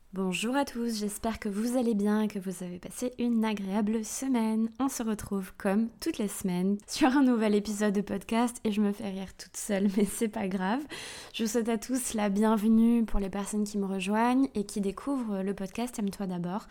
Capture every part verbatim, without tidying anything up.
Bonjour à tous, j'espère que vous allez bien et que vous avez passé une agréable semaine. On se retrouve comme toutes les semaines sur un nouvel épisode de podcast et je me fais rire toute seule mais c'est pas grave. Je vous souhaite à tous la bienvenue pour les personnes qui me rejoignent et qui découvrent le podcast Aime-toi d'abord.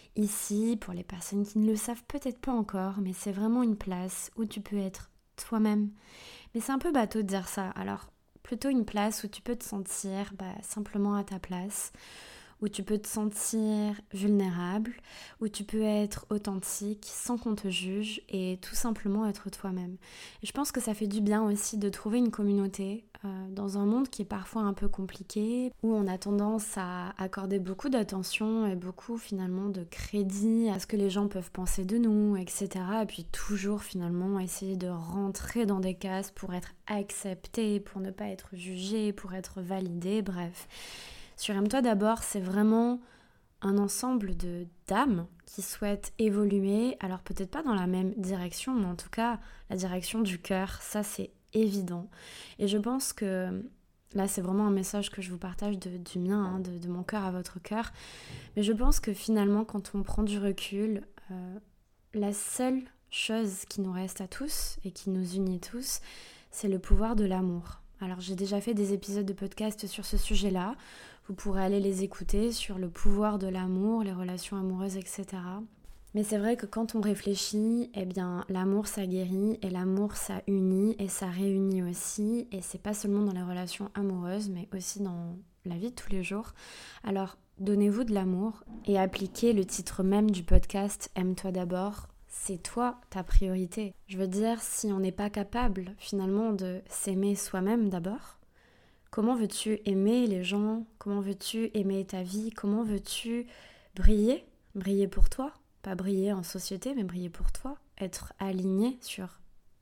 Ici, pour les personnes qui ne le savent peut-être pas encore, mais c'est vraiment une place où tu peux être toi-même. Mais c'est un peu bateau de dire ça, alors plutôt une place où tu peux te sentir bah, simplement à ta place, où tu peux te sentir vulnérable, où tu peux être authentique sans qu'on te juge et tout simplement être toi-même. Et je pense que ça fait du bien aussi de trouver une communauté euh, dans un monde qui est parfois un peu compliqué, où on a tendance à accorder beaucoup d'attention et beaucoup finalement de crédit à ce que les gens peuvent penser de nous, et cetera. Et puis toujours finalement essayer de rentrer dans des cases pour être accepté, pour ne pas être jugé, pour être validé, bref. Sur Aime-toi d'abord, c'est vraiment un ensemble de d'âmes qui souhaitent évoluer, alors peut-être pas dans la même direction, mais en tout cas la direction du cœur, ça c'est évident. Et je pense que là c'est vraiment un message que je vous partage de, du mien, hein, de, de mon cœur à votre cœur, mais je pense que finalement quand on prend du recul, euh, la seule chose qui nous reste à tous et qui nous unit tous, c'est le pouvoir de l'amour. Alors j'ai déjà fait des épisodes de podcast sur ce sujet-là. Vous pourrez aller les écouter sur le pouvoir de l'amour, les relations amoureuses, et cetera. Mais c'est vrai que quand on réfléchit, eh bien l'amour ça guérit et l'amour ça unit et ça réunit aussi. Et c'est pas seulement dans les relations amoureuses, mais aussi dans la vie de tous les jours. Alors donnez-vous de l'amour et appliquez le titre même du podcast Aime-toi d'abord. C'est toi ta priorité. Je veux dire, si on n'est pas capable finalement de s'aimer soi-même d'abord, comment veux-tu aimer les gens? Comment veux-tu aimer ta vie? Comment veux-tu briller? Briller pour toi? Pas briller en société, mais briller pour toi. Être aligné sur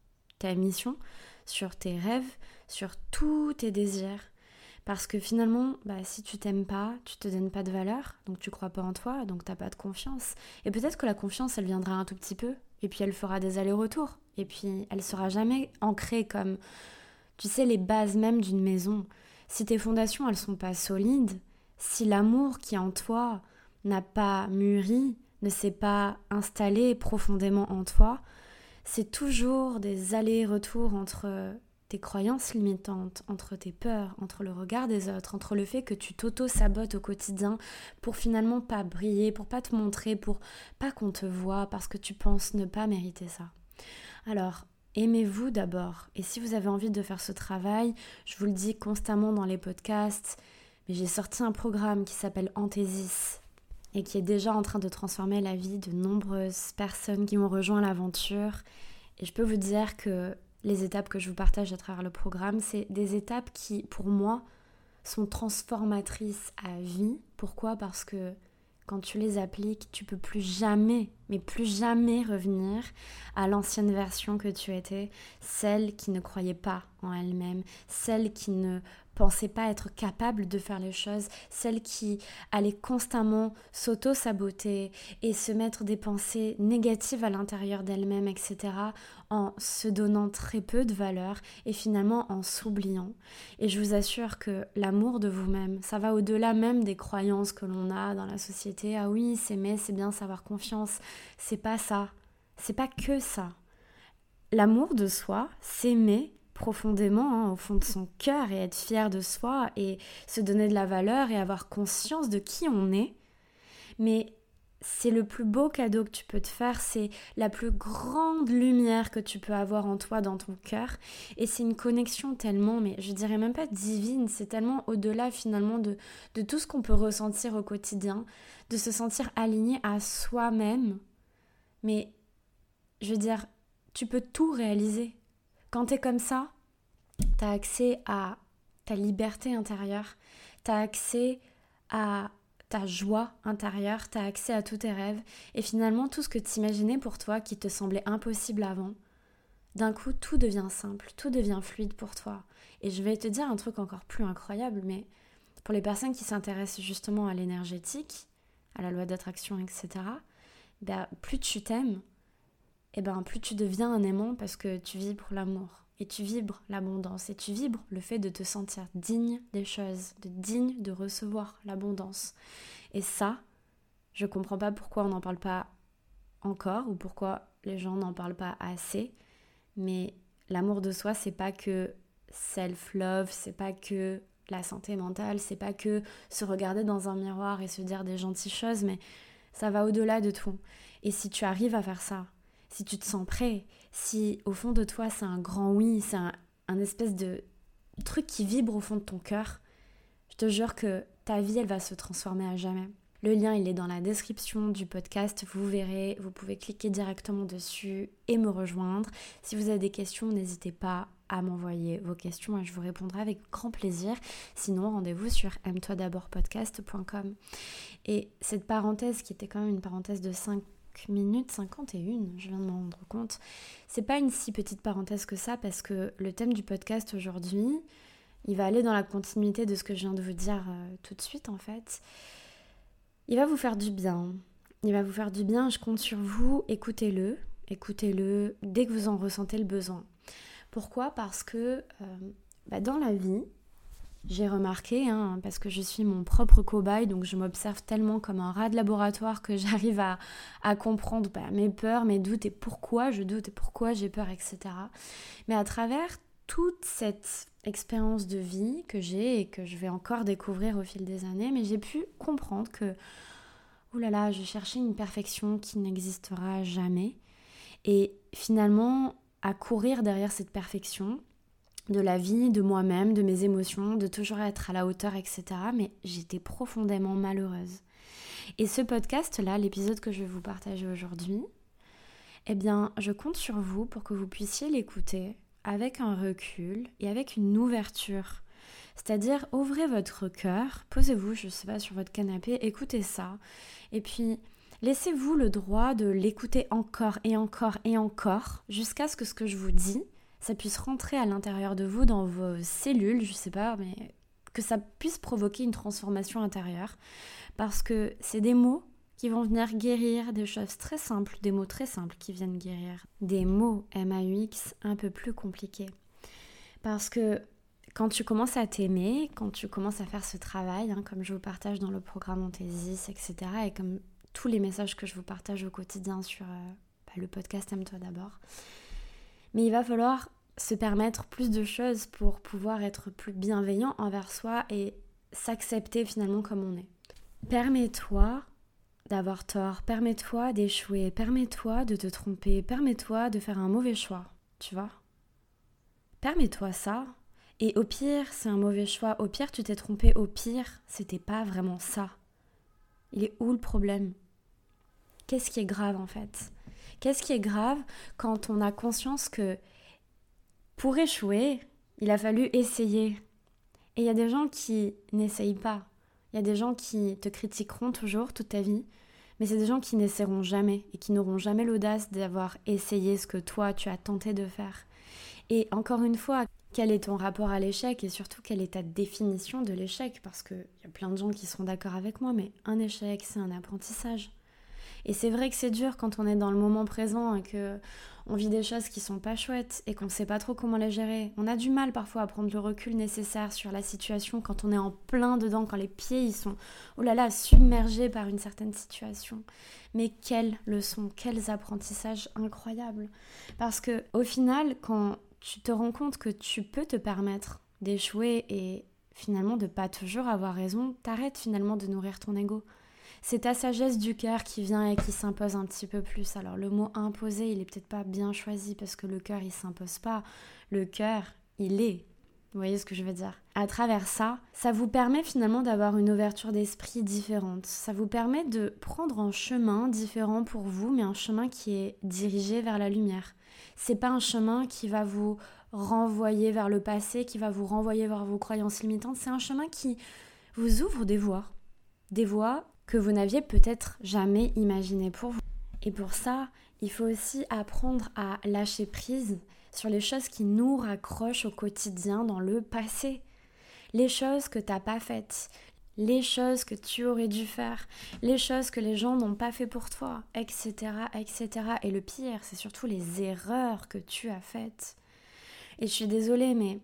ta mission, sur tes rêves, sur tous tes désirs. Parce que finalement, bah, si tu t'aimes pas, tu te donnes pas de valeur, donc tu crois pas en toi, donc t'as pas de confiance. Et peut-être que la confiance, elle viendra un tout petit peu, et puis elle fera des allers-retours, et puis elle sera jamais ancrée comme, tu sais, les bases même d'une maison. Si tes fondations, elles sont pas solides, si l'amour qui est en toi n'a pas mûri, ne s'est pas installé profondément en toi, c'est toujours des allers-retours entre tes croyances limitantes, entre tes peurs, entre le regard des autres, entre le fait que tu t'auto-sabotes au quotidien pour finalement pas briller, pour pas te montrer, pour pas qu'on te voie, parce que tu penses ne pas mériter ça. Alors, aimez-vous d'abord. Et si vous avez envie de faire ce travail, je vous le dis constamment dans les podcasts, mais j'ai sorti un programme qui s'appelle Anthésis et qui est déjà en train de transformer la vie de nombreuses personnes qui ont rejoint l'aventure. Et je peux vous dire que les étapes que je vous partage à travers le programme, c'est des étapes qui, pour moi, sont transformatrices à vie. Pourquoi ? Parce que quand tu les appliques, tu peux plus jamais, mais plus jamais revenir à l'ancienne version que tu étais, celle qui ne croyait pas en elle-même, celle qui ne pensait pas être capable de faire les choses, celle qui allait constamment s'auto-saboter et se mettre des pensées négatives à l'intérieur d'elle-même, et cetera, en se donnant très peu de valeur et finalement en s'oubliant. Et je vous assure que l'amour de vous-même, ça va au-delà même des croyances que l'on a dans la société. Ah oui, s'aimer, c'est bien, savoir confiance. C'est pas ça. C'est pas que ça. L'amour de soi, s'aimer profondément, hein, au fond de son cœur, et être fier de soi et se donner de la valeur et avoir conscience de qui on est. Mais c'est le plus beau cadeau que tu peux te faire, c'est la plus grande lumière que tu peux avoir en toi, dans ton cœur. Et c'est une connexion tellement, mais je dirais même pas divine, c'est tellement au-delà finalement de, de tout ce qu'on peut ressentir au quotidien, de se sentir aligné à soi-même. Mais je veux dire, tu peux tout réaliser. Quand t'es comme ça, t'as accès à ta liberté intérieure, t'as accès à ta joie intérieure, t'as accès à tous tes rêves, et finalement tout ce que t'imaginais pour toi qui te semblait impossible avant, d'un coup tout devient simple, tout devient fluide pour toi. Et je vais te dire un truc encore plus incroyable, mais pour les personnes qui s'intéressent justement à l'énergétique, à la loi d'attraction, et cetera, ben, plus tu t'aimes, et ben, plus tu deviens un aimant parce que tu vis pour l'amour. et tu vibres l'abondance et tu vibres le fait de te sentir digne des choses, de digne de recevoir l'abondance. Et ça, je comprends pas pourquoi on n'en parle pas encore ou pourquoi les gens n'en parlent pas assez, mais l'amour de soi, c'est pas que self-love, c'est pas que la santé mentale, c'est pas que se regarder dans un miroir et se dire des gentilles choses, mais ça va au-delà de tout. Et si tu arrives à faire ça, si tu te sens prêt, si au fond de toi c'est un grand oui, c'est un, un espèce de truc qui vibre au fond de ton cœur, je te jure que ta vie, elle va se transformer à jamais. Le lien, il est dans la description du podcast, vous verrez, vous pouvez cliquer directement dessus et me rejoindre. Si vous avez des questions, n'hésitez pas à m'envoyer vos questions et je vous répondrai avec grand plaisir. Sinon, rendez-vous sur aime toi d'abord podcast point com. Et cette parenthèse, qui était quand même une parenthèse de cinq minutes cinquante et une, je viens de m'en rendre compte, c'est pas une si petite parenthèse que ça, parce que le thème du podcast aujourd'hui, il va aller dans la continuité de ce que je viens de vous dire euh, tout de suite en fait. Il va vous faire du bien. Il va vous faire du bien, je compte sur vous. Écoutez-le. Écoutez-le dès que vous en ressentez le besoin. Pourquoi ? Parce que euh, bah dans la vie, j'ai remarqué, hein, parce que je suis mon propre cobaye, donc je m'observe tellement comme un rat de laboratoire que j'arrive à, à comprendre bah, mes peurs, mes doutes et pourquoi je doute et pourquoi j'ai peur, et cetera. Mais à travers toute cette expérience de vie que j'ai et que je vais encore découvrir au fil des années, mais j'ai pu comprendre que, oulala, je cherchais une perfection qui n'existera jamais. Et finalement, à courir derrière cette perfection de la vie, de moi-même, de mes émotions, de toujours être à la hauteur, et cetera. Mais j'étais profondément malheureuse. Et ce podcast-là, l'épisode que je vais vous partager aujourd'hui, eh bien, je compte sur vous pour que vous puissiez l'écouter avec un recul et avec une ouverture. C'est-à-dire, ouvrez votre cœur, posez-vous, je sais pas, sur votre canapé, écoutez ça. Et puis, laissez-vous le droit de l'écouter encore et encore et encore, jusqu'à ce que ce que je vous dis, ça puisse rentrer à l'intérieur de vous, dans vos cellules, je sais pas, mais que ça puisse provoquer une transformation intérieure. Parce que c'est des mots qui vont venir guérir des choses très simples, des mots très simples qui viennent guérir des mots M A U X un peu plus compliqués. Parce que quand tu commences à t'aimer, quand tu commences à faire ce travail, hein, comme je vous partage dans le programme Onthésis, et cetera, et comme tous les messages que je vous partage au quotidien sur euh, bah, le podcast Aime-toi d'abord, mais il va falloir se permettre plus de choses pour pouvoir être plus bienveillant envers soi et s'accepter finalement comme on est. Permets-toi d'avoir tort, permets-toi d'échouer, permets-toi de te tromper, permets-toi de faire un mauvais choix, tu vois. Permets-toi ça, et au pire, c'est un mauvais choix, au pire, tu t'es trompé, au pire, c'était pas vraiment ça. Il est où le problème ? Qu'est-ce qui est grave en fait ? Qu'est-ce qui est grave quand on a conscience que pour échouer, il a fallu essayer. Et il y a des gens qui n'essayent pas. Il y a des gens qui te critiqueront toujours toute ta vie, mais c'est des gens qui n'essaieront jamais et qui n'auront jamais l'audace d'avoir essayé ce que toi, tu as tenté de faire. Et encore une fois, quel est ton rapport à l'échec et surtout quelle est ta définition de l'échec ? Parce qu'il y a plein de gens qui seront d'accord avec moi, mais un échec, c'est un apprentissage. Et c'est vrai que c'est dur quand on est dans le moment présent et qu'on vit des choses qui sont pas chouettes et qu'on ne sait pas trop comment les gérer. On a du mal parfois à prendre le recul nécessaire sur la situation quand on est en plein dedans, quand les pieds ils sont oh là là, submergés par une certaine situation. Mais quelles leçons, quels apprentissages incroyables. Parce que au final, quand tu te rends compte que tu peux te permettre d'échouer et finalement de pas toujours avoir raison, t'arrêtes finalement de nourrir ton ego. C'est ta sagesse du cœur qui vient et qui s'impose un petit peu plus. Alors le mot imposer, il est peut-être pas bien choisi parce que le cœur, il s'impose pas. Le cœur, il est. Vous voyez ce que je veux dire ? À travers ça, ça vous permet finalement d'avoir une ouverture d'esprit différente. Ça vous permet de prendre un chemin différent pour vous, mais un chemin qui est dirigé vers la lumière. C'est pas un chemin qui va vous renvoyer vers le passé, qui va vous renvoyer vers vos croyances limitantes. C'est un chemin qui vous ouvre des voies. Des voies que vous n'aviez peut-être jamais imaginées pour vous. Et pour ça, il faut aussi apprendre à lâcher prise sur les choses qui nous raccrochent au quotidien dans le passé. Les choses que tu n'as pas faites, les choses que tu aurais dû faire, les choses que les gens n'ont pas fait pour toi, et cetera, et cetera. Et le pire, c'est surtout les erreurs que tu as faites. Et je suis désolée, mais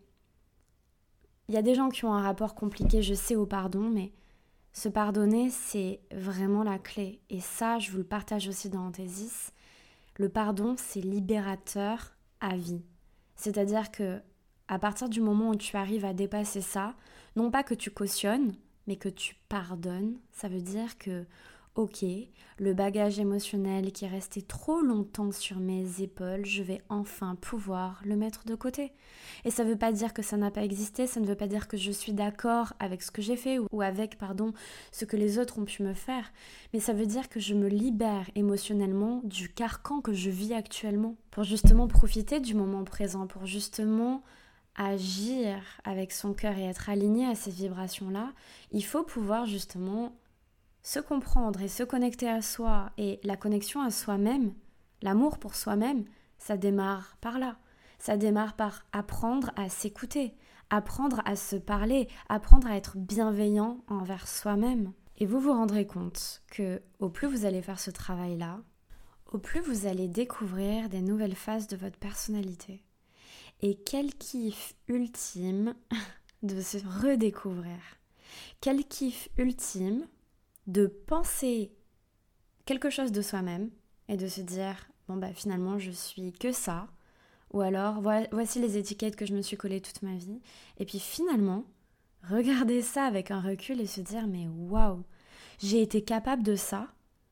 il y a des gens qui ont un rapport compliqué, je sais, au pardon, mais se pardonner, c'est vraiment la clé. Et ça, je vous le partage aussi dans Anthésis. Le pardon, c'est libérateur à vie. C'est-à-dire que à partir du moment où tu arrives à dépasser ça, non pas que tu cautionnes, mais que tu pardonnes, ça veut dire que, ok, le bagage émotionnel qui est resté trop longtemps sur mes épaules, je vais enfin pouvoir le mettre de côté. Et ça ne veut pas dire que ça n'a pas existé, ça ne veut pas dire que je suis d'accord avec ce que j'ai fait ou avec, pardon, ce que les autres ont pu me faire, mais ça veut dire que je me libère émotionnellement du carcan que je vis actuellement pour justement profiter du moment présent, pour justement agir avec son cœur et être aligné à ces vibrations-là. Il faut pouvoir justement se comprendre et se connecter à soi. Et la connexion à soi-même, l'amour pour soi-même, ça démarre par là. Ça démarre par apprendre à s'écouter, apprendre à se parler, apprendre à être bienveillant envers soi-même. Et vous vous rendrez compte que au plus vous allez faire ce travail-là, au plus vous allez découvrir des nouvelles phases de votre personnalité. Et quel kiff ultime de se redécouvrir. Quel kiff ultime de penser quelque chose de soi-même et de se dire bon bah finalement je suis que ça, ou alors voici les étiquettes que je me suis collées toute ma vie, et puis finalement regarder ça avec un recul et se dire mais waouh, j'ai été capable de ça,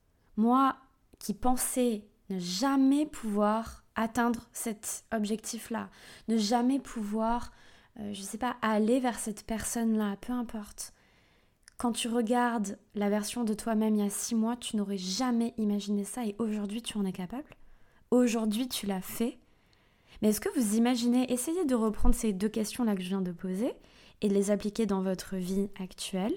moi qui pensais ne jamais pouvoir atteindre cet objectif-là, ne jamais pouvoir, euh, je sais pas, aller vers cette personne-là, peu importe. Quand tu regardes la version de toi-même il y a six mois, tu n'aurais jamais imaginé ça et aujourd'hui tu en es capable. Aujourd'hui tu l'as fait. Mais est-ce que vous imaginez, essayez de reprendre ces deux questions-là que je viens de poser et de les appliquer dans votre vie actuelle.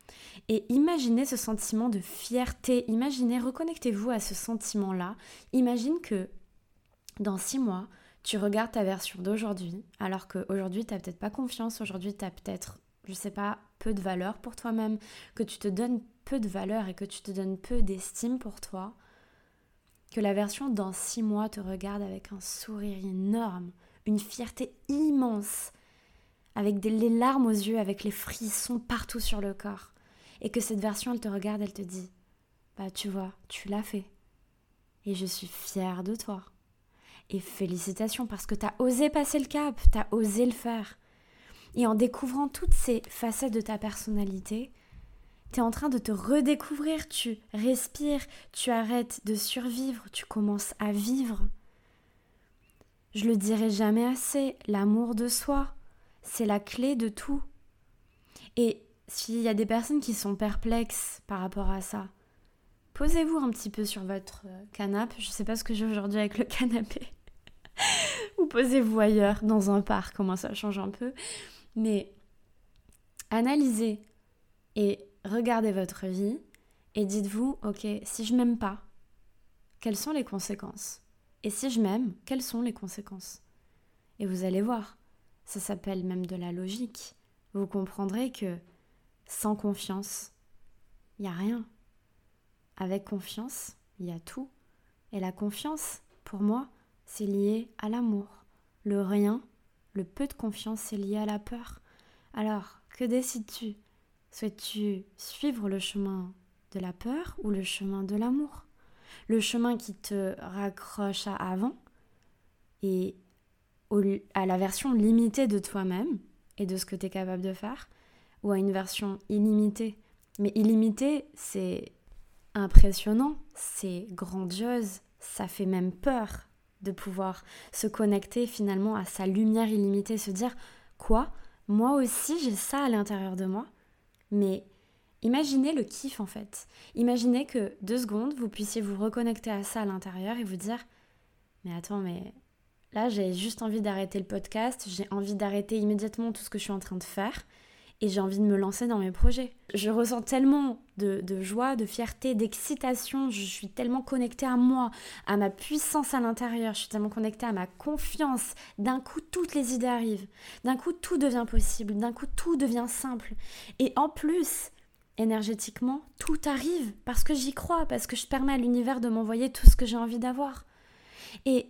Et imaginez ce sentiment de fierté, imaginez, reconnectez-vous à ce sentiment-là. Imagine que dans six mois, tu regardes ta version d'aujourd'hui, alors qu'aujourd'hui, tu n'as peut-être pas confiance, aujourd'hui, tu as peut-être, je sais pas, peu de valeur pour toi-même, que tu te donnes peu de valeur et que tu te donnes peu d'estime pour toi, que la version dans six mois te regarde avec un sourire énorme, une fierté immense, avec des, les larmes aux yeux, avec les frissons partout sur le corps, et que cette version, elle te regarde, elle te dit « Bah tu vois, tu l'as fait, et je suis fière de toi. » Et félicitations parce que tu as osé passer le cap, tu as osé le faire. Et en découvrant toutes ces facettes de ta personnalité, tu es en train de te redécouvrir, tu respires, tu arrêtes de survivre, tu commences à vivre. Je le dirai jamais assez, l'amour de soi, c'est la clé de tout. Et s'il y a des personnes qui sont perplexes par rapport à ça, posez-vous un petit peu sur votre canapé, je ne sais pas ce que j'ai aujourd'hui avec le canapé, ou posez-vous ailleurs, dans un parc, comment ça change un peu, mais analysez et regardez votre vie et dites-vous, ok, si je m'aime pas, quelles sont les conséquences ? Et si je m'aime, quelles sont les conséquences ? Et vous allez voir, ça s'appelle même de la logique. Vous comprendrez que sans confiance, il n'y a rien. Avec confiance, il y a tout. Et la confiance, pour moi, c'est lié à l'amour. Le rien, le peu de confiance, c'est lié à la peur. Alors, que décides-tu ? Souhaites-tu suivre le chemin de la peur ou le chemin de l'amour ? Le chemin qui te raccroche à avant et au, à la version limitée de toi-même et de ce que tu es capable de faire, ou à une version illimitée. Mais illimitée, c'est impressionnant, c'est grandiose, ça fait même peur de pouvoir se connecter finalement à sa lumière illimitée, se dire quoi ? Moi aussi j'ai ça à l'intérieur de moi. Mais imaginez le kiff en fait. Imaginez que deux secondes vous puissiez vous reconnecter à ça à l'intérieur et vous dire mais attends, mais là j'ai juste envie d'arrêter le podcast, j'ai envie d'arrêter immédiatement tout ce que je suis en train de faire et j'ai envie de me lancer dans mes projets. Je ressens tellement de, de joie, de fierté, d'excitation, je suis tellement connectée à moi, à ma puissance à l'intérieur, je suis tellement connectée à ma confiance. D'un coup, toutes les idées arrivent. D'un coup, tout devient possible. D'un coup, tout devient simple. Et en plus, énergétiquement, tout arrive parce que j'y crois, parce que je permets à l'univers de m'envoyer tout ce que j'ai envie d'avoir. Et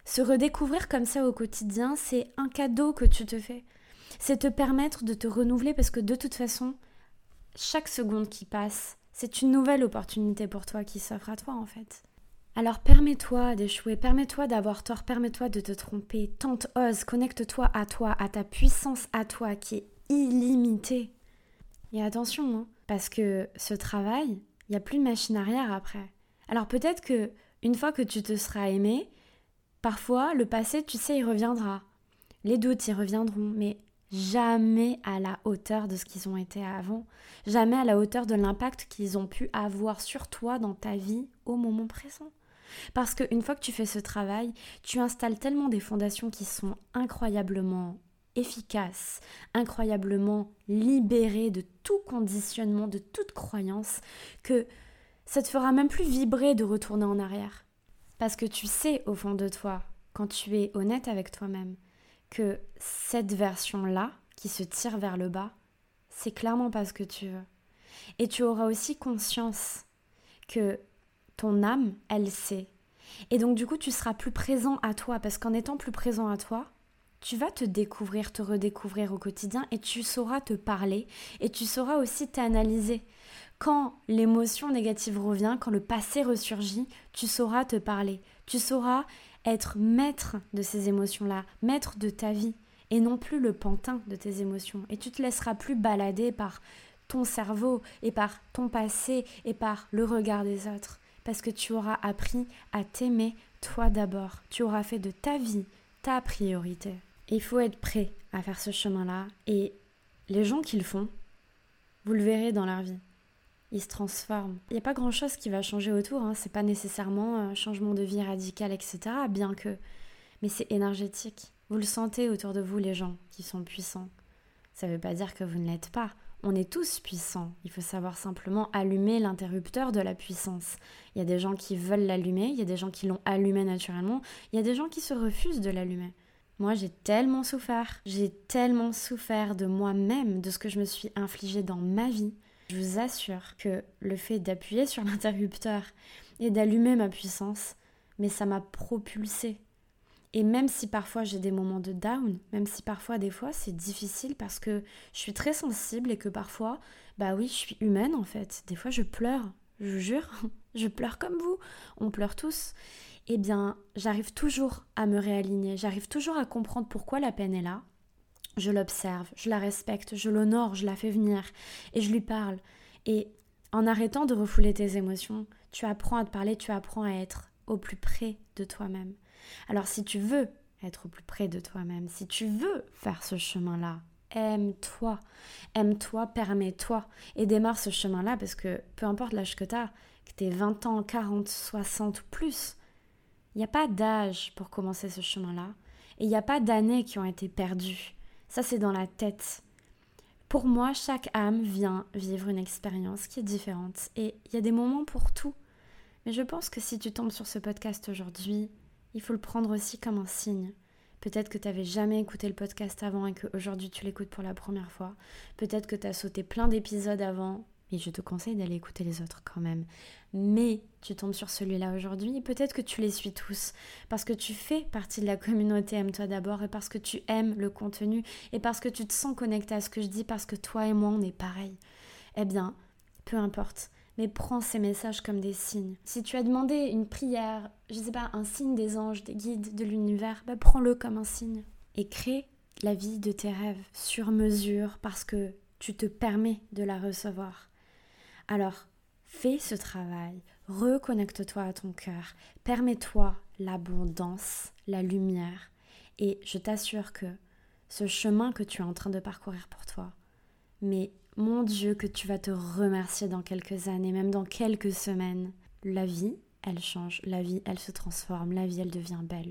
Se redécouvrir comme ça au quotidien, c'est un cadeau que tu te fais. C'est te permettre de te renouveler parce que de toute façon, chaque seconde qui passe, c'est une nouvelle opportunité pour toi qui s'offre à toi en fait. Alors permets-toi d'échouer, permets-toi d'avoir tort, permets-toi de te tromper, tente, ose, connecte-toi à toi, à ta puissance à toi qui est illimitée. Et attention, hein, parce que ce travail, il n'y a plus de machine arrière après. Alors peut-être que une fois que tu te seras aimé, parfois le passé, tu sais, il reviendra. Les doutes, ils reviendront, mais jamais à la hauteur de ce qu'ils ont été avant. Jamais à la hauteur de l'impact qu'ils ont pu avoir sur toi dans ta vie au moment présent. Parce qu'une fois que tu fais ce travail, tu installes tellement des fondations qui sont incroyablement efficaces, incroyablement libérées de tout conditionnement, de toute croyance, que ça te fera même plus vibrer de retourner en arrière. Parce que tu sais au fond de toi, quand tu es honnête avec toi-même, que cette version-là, qui se tire vers le bas, c'est clairement pas ce que tu veux. Et tu auras aussi conscience que ton âme, elle sait. Et donc du coup, tu seras plus présent à toi, parce qu'en étant plus présent à toi, tu vas te découvrir, te redécouvrir au quotidien et tu sauras te parler et tu sauras aussi t'analyser. Quand l'émotion négative revient, quand le passé ressurgit, tu sauras te parler. Tu sauras être maître de ces émotions-là, maître de ta vie et non plus le pantin de tes émotions. Et tu te laisseras plus balader par ton cerveau et par ton passé et par le regard des autres. Parce que tu auras appris à t'aimer toi d'abord. Tu auras fait de ta vie ta priorité. Il faut être prêt à faire ce chemin-là. Et les gens qui le font, vous le verrez dans leur vie. Ils se transforment. Il n'y a pas grand-chose qui va changer autour. Hein. C'est pas nécessairement un changement de vie radical, et cetera. Bien que... Mais c'est énergétique. Vous le sentez autour de vous, les gens qui sont puissants. Ça ne veut pas dire que vous ne l'êtes pas. On est tous puissants. Il faut savoir simplement allumer l'interrupteur de la puissance. Il y a des gens qui veulent l'allumer, il y a des gens qui l'ont allumé naturellement, il y a des gens qui se refusent de l'allumer. Moi, j'ai tellement souffert. J'ai tellement souffert de moi-même, de ce que je me suis infligé dans ma vie. Je vous assure que le fait d'appuyer sur l'interrupteur et d'allumer ma puissance, mais ça m'a propulsée. Et même si parfois j'ai des moments de down, même si parfois des fois c'est difficile parce que je suis très sensible et que parfois, bah oui, je suis humaine en fait. Des fois je pleure, je vous jure, je pleure comme vous, on pleure tous. Eh bien, j'arrive toujours à me réaligner, j'arrive toujours à comprendre pourquoi la peine est là. Je l'observe, je la respecte, je l'honore, je la fais venir et je lui parle. Et en arrêtant de refouler tes émotions, tu apprends à te parler, tu apprends à être au plus près de toi-même. Alors si tu veux être au plus près de toi-même, si tu veux faire ce chemin-là, aime-toi, aime-toi, permets-toi et démarre ce chemin-là parce que peu importe l'âge que tu as, que tu aies vingt ans, quarante, soixante ou plus, il n'y a pas d'âge pour commencer ce chemin-là et il n'y a pas d'années qui ont été perdues. Ça, c'est dans la tête. Pour moi, chaque âme vient vivre une expérience qui est différente et il y a des moments pour tout. Mais je pense que si tu tombes sur ce podcast aujourd'hui, il faut le prendre aussi comme un signe. Peut-être que tu n'avais jamais écouté le podcast avant et qu'aujourd'hui tu l'écoutes pour la première fois. Peut-être que tu as sauté plein d'épisodes avant, et je te conseille d'aller écouter les autres quand même. Mais tu tombes sur celui-là aujourd'hui et peut-être que tu les suis tous parce que tu fais partie de la communauté Aime-toi d'abord et parce que tu aimes le contenu et parce que tu te sens connecté à ce que je dis parce que toi et moi on est pareil. Eh bien, peu importe. Mais prends ces messages comme des signes. Si tu as demandé une prière, je sais pas, un signe des anges, des guides, de l'univers, bah prends-le comme un signe. Et crée la vie de tes rêves sur mesure parce que tu te permets de la recevoir. Alors, fais ce travail, reconnecte-toi à ton cœur, permets-toi l'abondance, la lumière. Et je t'assure que ce chemin que tu es en train de parcourir pour toi, mais mon Dieu, que tu vas te remercier dans quelques années, même dans quelques semaines. La vie, elle change, la vie, elle se transforme, la vie, elle devient belle.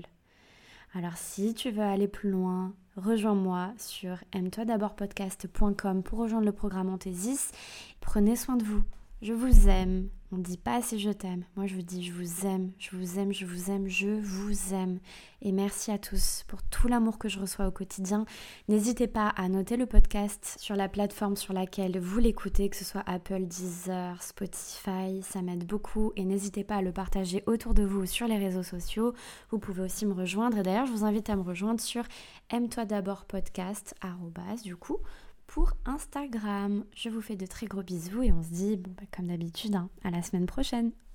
Alors si tu veux aller plus loin, rejoins-moi sur aime toi d'abord podcast point com pour rejoindre le programme Anthésis. Prenez soin de vous, je vous aime, On ne dit pas assez je t'aime. Moi, je vous dis je vous aime, je vous aime, je vous aime, je vous aime. Et merci à tous pour tout l'amour que je reçois au quotidien. N'hésitez pas à noter le podcast sur la plateforme sur laquelle vous l'écoutez, que ce soit Apple, Deezer, Spotify. Ça m'aide beaucoup. Et n'hésitez pas à le partager autour de vous sur les réseaux sociaux. Vous pouvez aussi me rejoindre. Et d'ailleurs, je vous invite à me rejoindre sur aime-toi d'abord podcast, arrobas, du coup, pour Instagram. Je vous fais de très gros bisous et on se dit, bon, bah, comme d'habitude, hein, à la semaine prochaine.